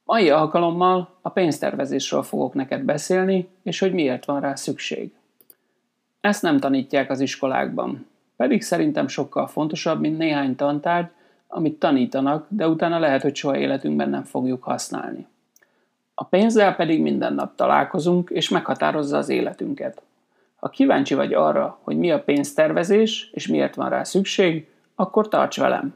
Mai alkalommal a pénztervezésről fogok neked beszélni, és hogy miért van rá szükség. Ezt nem tanítják az iskolákban, pedig szerintem sokkal fontosabb, mint néhány tantárgy, amit tanítanak, de utána lehet, hogy soha életünkben nem fogjuk használni. A pénzzel pedig minden nap találkozunk, és meghatározza az életünket. Ha kíváncsi vagy arra, hogy mi a pénztervezés, és miért van rá szükség, akkor tarts velem!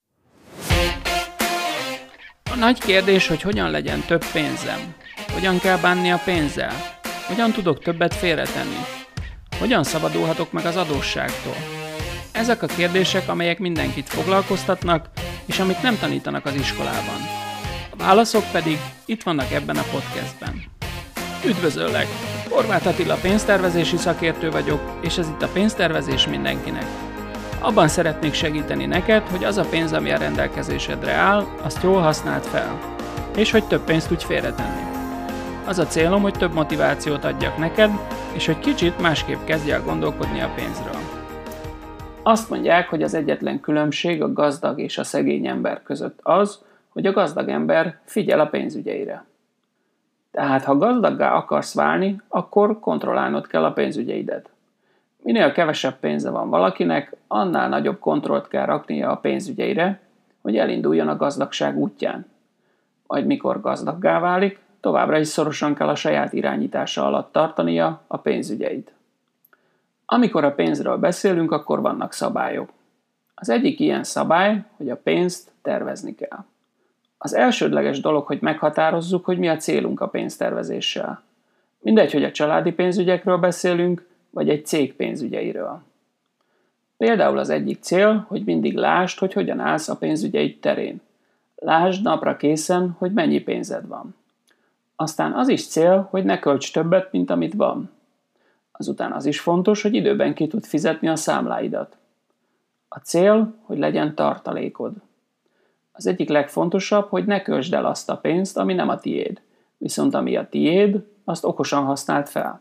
A nagy kérdés, hogy hogyan legyen több pénzem. Hogyan kell bánni a pénzzel? Hogyan tudok többet félretenni? Hogyan szabadulhatok meg az adósságtól? Ezek a kérdések, amelyek mindenkit foglalkoztatnak, és amit nem tanítanak az iskolában. A válaszok pedig itt vannak ebben a podcastben. Üdvözöllek! Horváth Attila pénztervezési szakértő vagyok, és ez itt a pénztervezés mindenkinek. Abban szeretnék segíteni neked, hogy az a pénz, ami a rendelkezésedre áll, azt jól használd fel, és hogy több pénzt tudj félretenni. Az a célom, hogy több motivációt adjak neked, és hogy kicsit másképp kezdj el gondolkodni a pénzről. Azt mondják, hogy az egyetlen különbség a gazdag és a szegény ember között az, hogy a gazdag ember figyel a pénzügyeire. Tehát, ha gazdaggá akarsz válni, akkor kontrollálnod kell a pénzügyeidet. Minél kevesebb pénze van valakinek, annál nagyobb kontrollt kell raknia a pénzügyeire, hogy elinduljon a gazdagság útján. Majd mikor gazdaggá válik, továbbra is szorosan kell a saját irányítása alatt tartania a pénzügyeit. Amikor a pénzről beszélünk, akkor vannak szabályok. Az egyik ilyen szabály, hogy a pénzt tervezni kell. Az elsődleges dolog, hogy meghatározzuk, hogy mi a célunk a pénztervezéssel. Mindegy, hogy a családi pénzügyekről beszélünk, vagy egy cég pénzügyeiről. Például az egyik cél, hogy mindig lásd, hogy hogyan állsz a pénzügyeid terén. Lásd napra készen, hogy mennyi pénzed van. Aztán az is cél, hogy ne költs többet, mint amit van. Azután az is fontos, hogy időben ki tud fizetni a számláidat. A cél, hogy legyen tartalékod. Az egyik legfontosabb, hogy ne költsd el azt a pénzt, ami nem a tiéd, viszont ami a tiéd, azt okosan használd fel.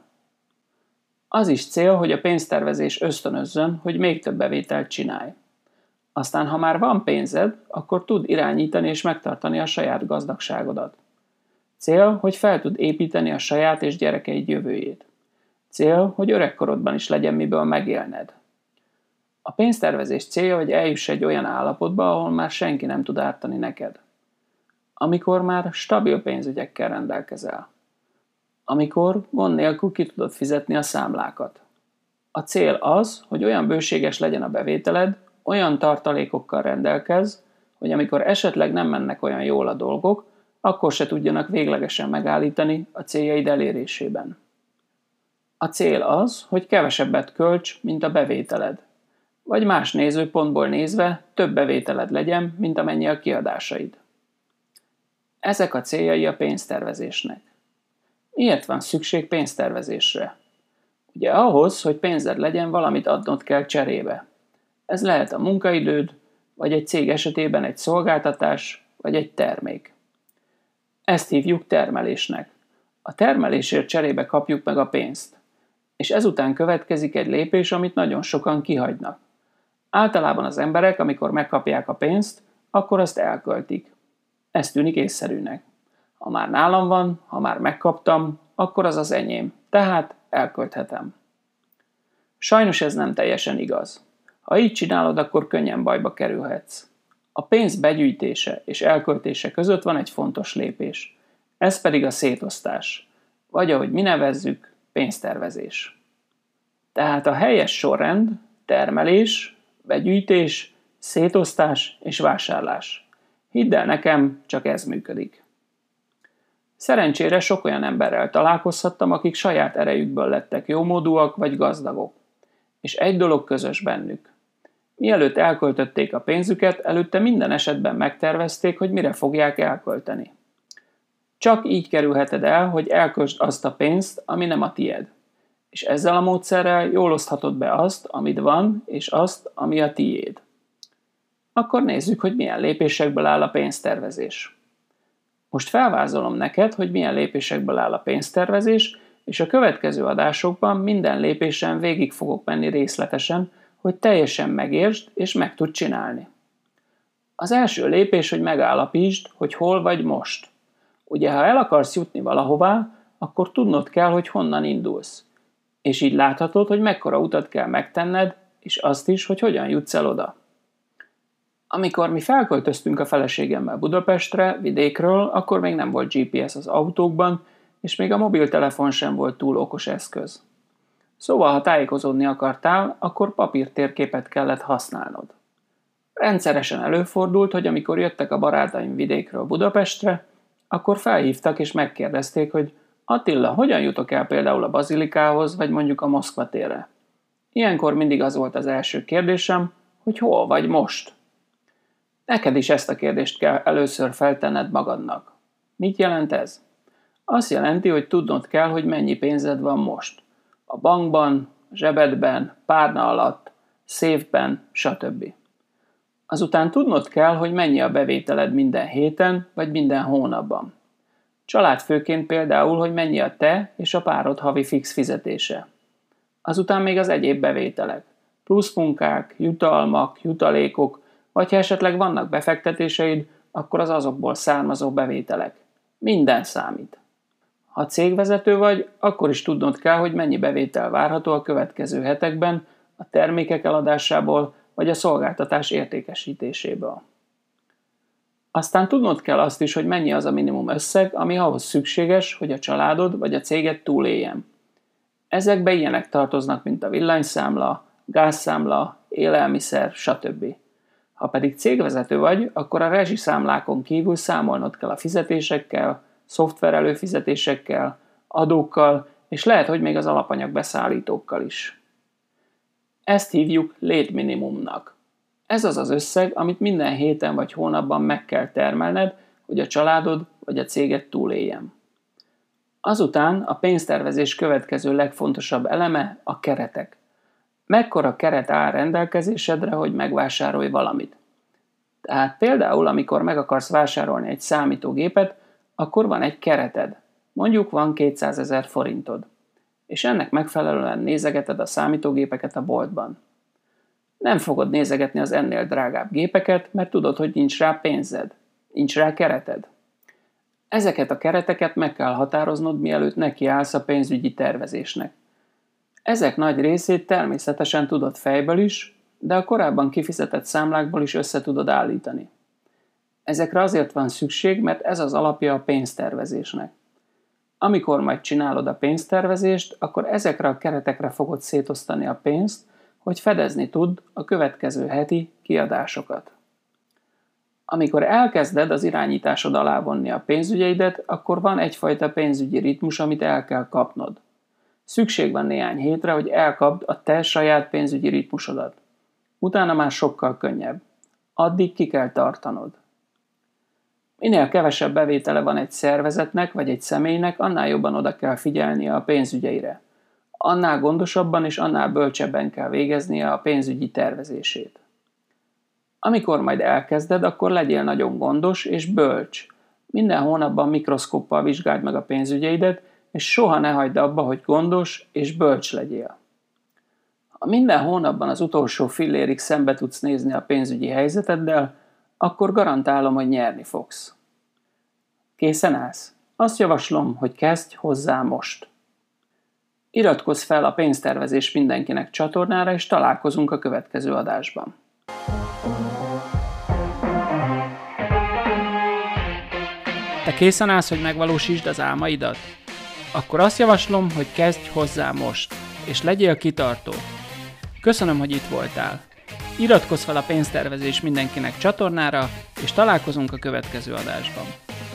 Az is cél, hogy a pénztervezés ösztönözzön, hogy még több bevételt csinálj. Aztán, ha már van pénzed, akkor tud irányítani és megtartani a saját gazdagságodat. Cél, hogy fel tud építeni a saját és gyerekeid jövőjét. Cél, hogy öregkorodban is legyen miből megélned. A pénztervezés célja, hogy eljuss egy olyan állapotba, ahol már senki nem tud ártani neked. Amikor már stabil pénzügyekkel rendelkezel. Amikor gond nélkül ki tudod fizetni a számlákat. A cél az, hogy olyan bőséges legyen a bevételed, olyan tartalékokkal rendelkezz, hogy amikor esetleg nem mennek olyan jól a dolgok, akkor se tudjanak véglegesen megállítani a céljaid elérésében. A cél az, hogy kevesebbet költs, mint a bevételed. Vagy más nézőpontból nézve több bevételed legyen, mint amennyi a kiadásaid. Ezek a céljai a pénztervezésnek. Miért van szükség pénztervezésre? Ugye ahhoz, hogy pénzed legyen, valamit adnod kell cserébe. Ez lehet a munkaidőd, vagy egy cég esetében egy szolgáltatás, vagy egy termék. Ezt hívjuk termelésnek. A termelésért cserébe kapjuk meg a pénzt. És ezután következik egy lépés, amit nagyon sokan kihagynak. Általában az emberek, amikor megkapják a pénzt, akkor azt elköltik. Ez tűnik észszerűnek. Ha már nálam van, ha már megkaptam, akkor az az enyém, tehát elkölthetem. Sajnos ez nem teljesen igaz. Ha így csinálod, akkor könnyen bajba kerülhetsz. A pénz begyűjtése és elköltése között van egy fontos lépés. Ez pedig a szétosztás, vagy ahogy mi nevezzük, pénztervezés. Tehát a helyes sorrend, termelés, begyűjtés, szétosztás és vásárlás. Hidd el nekem, csak ez működik. Szerencsére sok olyan emberrel találkozhattam, akik saját erejükből lettek jómódúak vagy gazdagok. És egy dolog közös bennük. Mielőtt elköltötték a pénzüket, előtte minden esetben megtervezték, hogy mire fogják elkölteni. Csak így kerülheted el, hogy elköltsd azt a pénzt, ami nem a tied. És ezzel a módszerrel jól oszthatod be azt, amit van, és azt, ami a tiéd. Akkor nézzük, hogy milyen lépésekből áll a pénztervezés. Most felvázolom neked, hogy milyen lépésekből áll a pénztervezés, és a következő adásokban minden lépésen végig fogok menni részletesen, hogy teljesen megértsd és meg tudd csinálni. Az első lépés, hogy megállapítsd, hogy hol vagy most. Ugye, ha el akarsz jutni valahová, akkor tudnod kell, hogy honnan indulsz. És így láthatod, hogy mekkora utat kell megtenned, és azt is, hogy hogyan jutsz el oda. Amikor mi felköltöztünk a feleségemmel Budapestre, vidékről, akkor még nem volt GPS az autókban, és még a mobiltelefon sem volt túl okos eszköz. Szóval, ha tájékozódni akartál, akkor papírtérképet kellett használnod. Rendszeresen előfordult, hogy amikor jöttek a barátaim vidékről Budapestre, akkor felhívtak és megkérdezték, hogy Attila, hogyan jutok el például a Bazilikához, vagy mondjuk a Moszkva térre? Ilyenkor mindig az volt az első kérdésem, hogy hol vagy most? Neked is ezt a kérdést kell először feltenned magadnak. Mit jelent ez? Azt jelenti, hogy tudnod kell, hogy mennyi pénzed van most. A bankban, a zsebedben, párna alatt, széfben, stb. Azután tudnod kell, hogy mennyi a bevételed minden héten, vagy minden hónapban. Családfőként például, hogy mennyi a te és a párod havi fix fizetése. Azután még az egyéb bevételek. Pluszmunkák, jutalmak, jutalékok, vagy ha esetleg vannak befektetéseid, akkor az azokból származó bevételek. Minden számít. Ha cégvezető vagy, akkor is tudnod kell, hogy mennyi bevétel várható a következő hetekben a termékek eladásából, vagy a szolgáltatás értékesítéséből. Aztán tudnod kell azt is, hogy mennyi az a minimum összeg, ami ahhoz szükséges, hogy a családod vagy a céged túléljen. Ezekbe ilyenek tartoznak, mint a villanyszámla, gázszámla, élelmiszer, stb. Ha pedig cégvezető vagy, akkor a rezsiszámlákon kívül számolnod kell a fizetésekkel, szoftver előfizetésekkel, adókkal, és lehet, hogy még az alapanyagbeszállítókkal is. Ezt hívjuk létminimumnak. Ez az az összeg, amit minden héten vagy hónapban meg kell termelned, hogy a családod vagy a céged túléljen. Azután a pénztervezés következő legfontosabb eleme a keretek. Mekkora keret áll rendelkezésedre, hogy megvásárolj valamit? Tehát például, amikor meg akarsz vásárolni egy számítógépet, akkor van egy kereted. Mondjuk van 200 000 forintod. És ennek megfelelően nézegeted a számítógépeket a boltban. Nem fogod nézegetni az ennél drágább gépeket, mert tudod, hogy nincs rá pénzed. Nincs rá kereted. Ezeket a kereteket meg kell határoznod, mielőtt nekiállsz a pénzügyi tervezésnek. Ezek nagy részét természetesen tudod fejből is, de a korábban kifizetett számlákból is össze tudod állítani. Ezekre azért van szükség, mert ez az alapja a pénztervezésnek. Amikor majd csinálod a pénztervezést, akkor ezekre a keretekre fogod szétosztani a pénzt, hogy fedezni tudd a következő heti kiadásokat. Amikor elkezded az irányításod alá vonni a pénzügyeidet, akkor van egyfajta pénzügyi ritmus, amit el kell kapnod. Szükség van néhány hétre, hogy elkapd a te saját pénzügyi ritmusodat. Utána már sokkal könnyebb. Addig ki kell tartanod. Minél kevesebb bevétele van egy szervezetnek vagy egy személynek, annál jobban oda kell figyelnie a pénzügyeire. Annál gondosabban és annál bölcsebben kell végeznie a pénzügyi tervezését. Amikor majd elkezded, akkor legyél nagyon gondos és bölcs. Minden hónapban mikroszkóppal vizsgáld meg a pénzügyeidet, és soha ne hagyd abba, hogy gondos és bölcs legyél. Ha minden hónapban az utolsó fillérig szembe tudsz nézni a pénzügyi helyzeteddel, akkor garantálom, hogy nyerni fogsz. Készen állsz? Azt javaslom, hogy kezdj hozzá most. Iratkozz fel a Pénztervezés mindenkinek csatornára, és találkozunk a következő adásban. Te készen állsz, hogy megvalósítsd az álmaidat? Akkor azt javaslom, hogy kezdj hozzá most, és legyél kitartó. Köszönöm, hogy itt voltál. Iratkozz fel a Pénztervezés mindenkinek csatornára, és találkozunk a következő adásban.